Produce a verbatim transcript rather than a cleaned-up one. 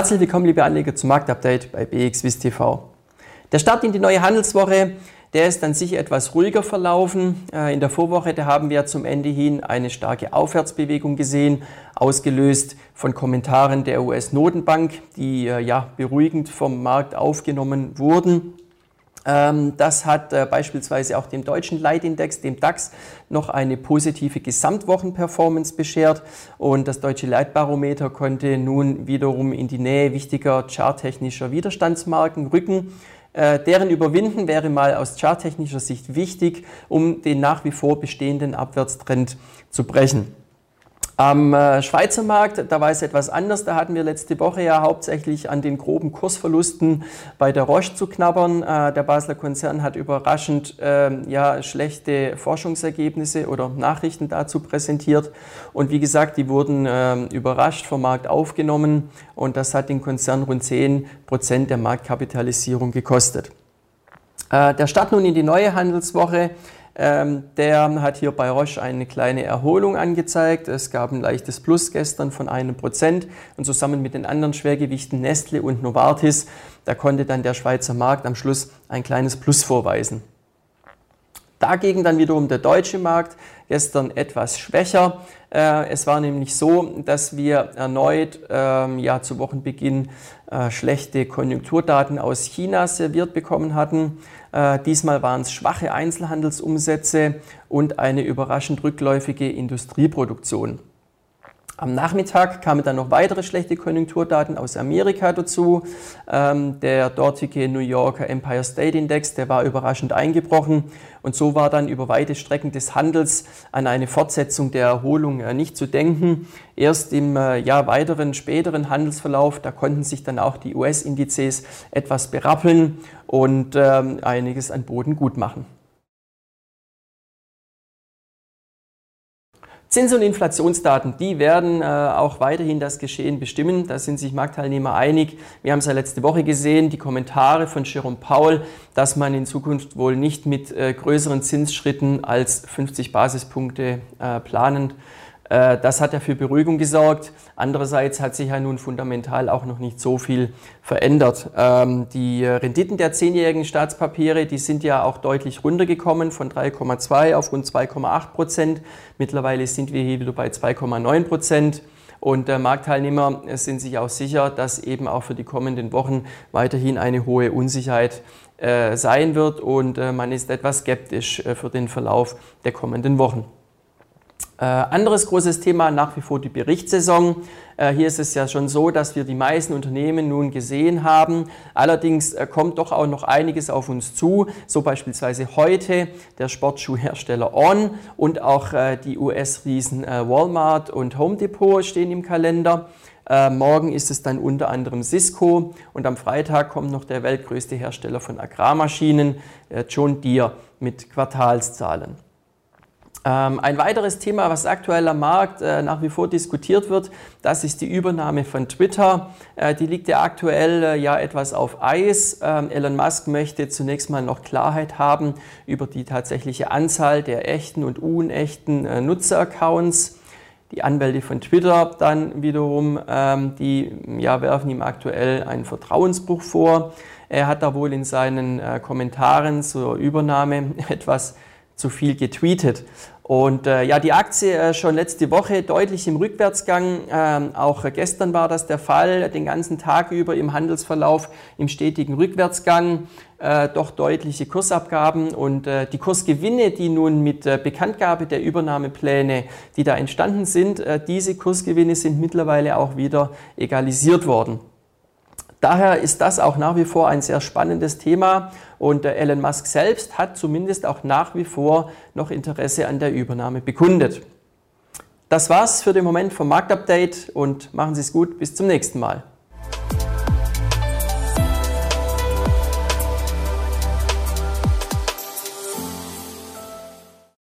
Herzlich willkommen, liebe Anleger, zum Marktupdate bei B X Wiss T V. Der Start in die neue Handelswoche, der ist an sich etwas ruhiger verlaufen. In der Vorwoche, da haben wir zum Ende hin eine starke Aufwärtsbewegung gesehen, ausgelöst von Kommentaren der U S-Notenbank, die ja beruhigend vom Markt aufgenommen wurden. Das hat beispielsweise auch dem deutschen Leitindex, dem DAX, noch eine positive Gesamtwochenperformance beschert und das deutsche Leitbarometer konnte nun wiederum in die Nähe wichtiger charttechnischer Widerstandsmarken rücken. Deren Überwinden wäre mal aus charttechnischer Sicht wichtig, um den nach wie vor bestehenden Abwärtstrend zu brechen. Am Schweizer Markt, da war es etwas anders. Da hatten wir letzte Woche ja hauptsächlich an den groben Kursverlusten bei der Roche zu knabbern. Der Basler Konzern hat überraschend äh, ja, schlechte Forschungsergebnisse oder Nachrichten dazu präsentiert. Und wie gesagt, die wurden äh, überrascht vom Markt aufgenommen und das hat den Konzern rund zehn Prozent der Marktkapitalisierung gekostet. Äh, der Start nun in die neue Handelswoche, Ähm, der hat hier bei Roche eine kleine Erholung angezeigt. Es gab ein leichtes Plus gestern von einem Prozent und zusammen mit den anderen Schwergewichten Nestle und Novartis, da konnte dann der Schweizer Markt am Schluss ein kleines Plus vorweisen. Dagegen dann wiederum der deutsche Markt, gestern etwas schwächer. Äh, es war nämlich so, dass wir erneut äh, ja, zu Wochenbeginn äh, schlechte Konjunkturdaten aus China serviert bekommen hatten. Äh, diesmal waren es schwache Einzelhandelsumsätze und eine überraschend rückläufige Industrieproduktion. Am Nachmittag kamen dann noch weitere schlechte Konjunkturdaten aus Amerika dazu. Ähm, der dortige New Yorker Empire State Index, der war überraschend eingebrochen und so war dann über weite Strecken des Handels an eine Fortsetzung der Erholung äh, nicht zu denken. Erst im äh, ja, weiteren, späteren Handelsverlauf, da konnten sich dann auch die U S-Indizes etwas berappeln und ähm, einiges an Boden gut machen. Zins- und Inflationsdaten, die werden äh, auch weiterhin das Geschehen bestimmen. Da sind sich Marktteilnehmer einig. Wir haben es ja letzte Woche gesehen, die Kommentare von Jerome Powell, dass man in Zukunft wohl nicht mit äh, größeren Zinsschritten als fünfzig Basispunkte äh, planen. Äh, das hat ja für Beruhigung gesorgt. Andererseits hat sich ja nun fundamental auch noch nicht so viel verändert. Ähm, die Renditen der zehnjährigen Staatspapiere, die sind ja auch deutlich runtergekommen von drei Komma zwei auf rund zwei Komma acht Prozent. Mittlerweile sind wir hier wieder bei zwei Komma neun Prozent. Und äh, Marktteilnehmer sind sich auch sicher, dass eben auch für die kommenden Wochen weiterhin eine hohe Unsicherheit äh, sein wird. Und äh, man ist etwas skeptisch äh, für den Verlauf der kommenden Wochen. Äh, anderes großes Thema nach wie vor die Berichtssaison. Äh, hier ist es ja schon so, dass wir die meisten Unternehmen nun gesehen haben. Allerdings äh, kommt doch auch noch einiges auf uns zu. So beispielsweise heute der Sportschuhhersteller On und auch äh, die U S-Riesen äh, Walmart und Home Depot stehen im Kalender. Äh, morgen ist es dann unter anderem Cisco und am Freitag kommt noch der weltgrößte Hersteller von Agrarmaschinen, äh, John Deere, mit Quartalszahlen. Ähm, ein weiteres Thema, was aktuell am Markt äh, nach wie vor diskutiert wird, das ist die Übernahme von Twitter. Äh, die liegt ja aktuell äh, ja etwas auf Eis. Ähm, Elon Musk möchte zunächst mal noch Klarheit haben über die tatsächliche Anzahl der echten und unechten äh, Nutzeraccounts. Die Anwälte von Twitter dann wiederum, ähm, die ja, werfen ihm aktuell einen Vertrauensbruch vor. Er hat da wohl in seinen äh, Kommentaren zur Übernahme etwas zu viel getweetet. Und äh, ja, die Aktie äh, schon letzte Woche deutlich im Rückwärtsgang, ähm, auch äh, gestern war das der Fall, den ganzen Tag über im Handelsverlauf im stetigen Rückwärtsgang, äh, doch deutliche Kursabgaben und äh, die Kursgewinne, die nun mit äh, Bekanntgabe der Übernahmepläne, die da entstanden sind, äh, diese Kursgewinne sind mittlerweile auch wieder egalisiert worden. Daher ist das auch nach wie vor ein sehr spannendes Thema und Elon Musk selbst hat zumindest auch nach wie vor noch Interesse an der Übernahme bekundet. Das war's für den Moment vom Marktupdate und machen Sie es gut, bis zum nächsten Mal.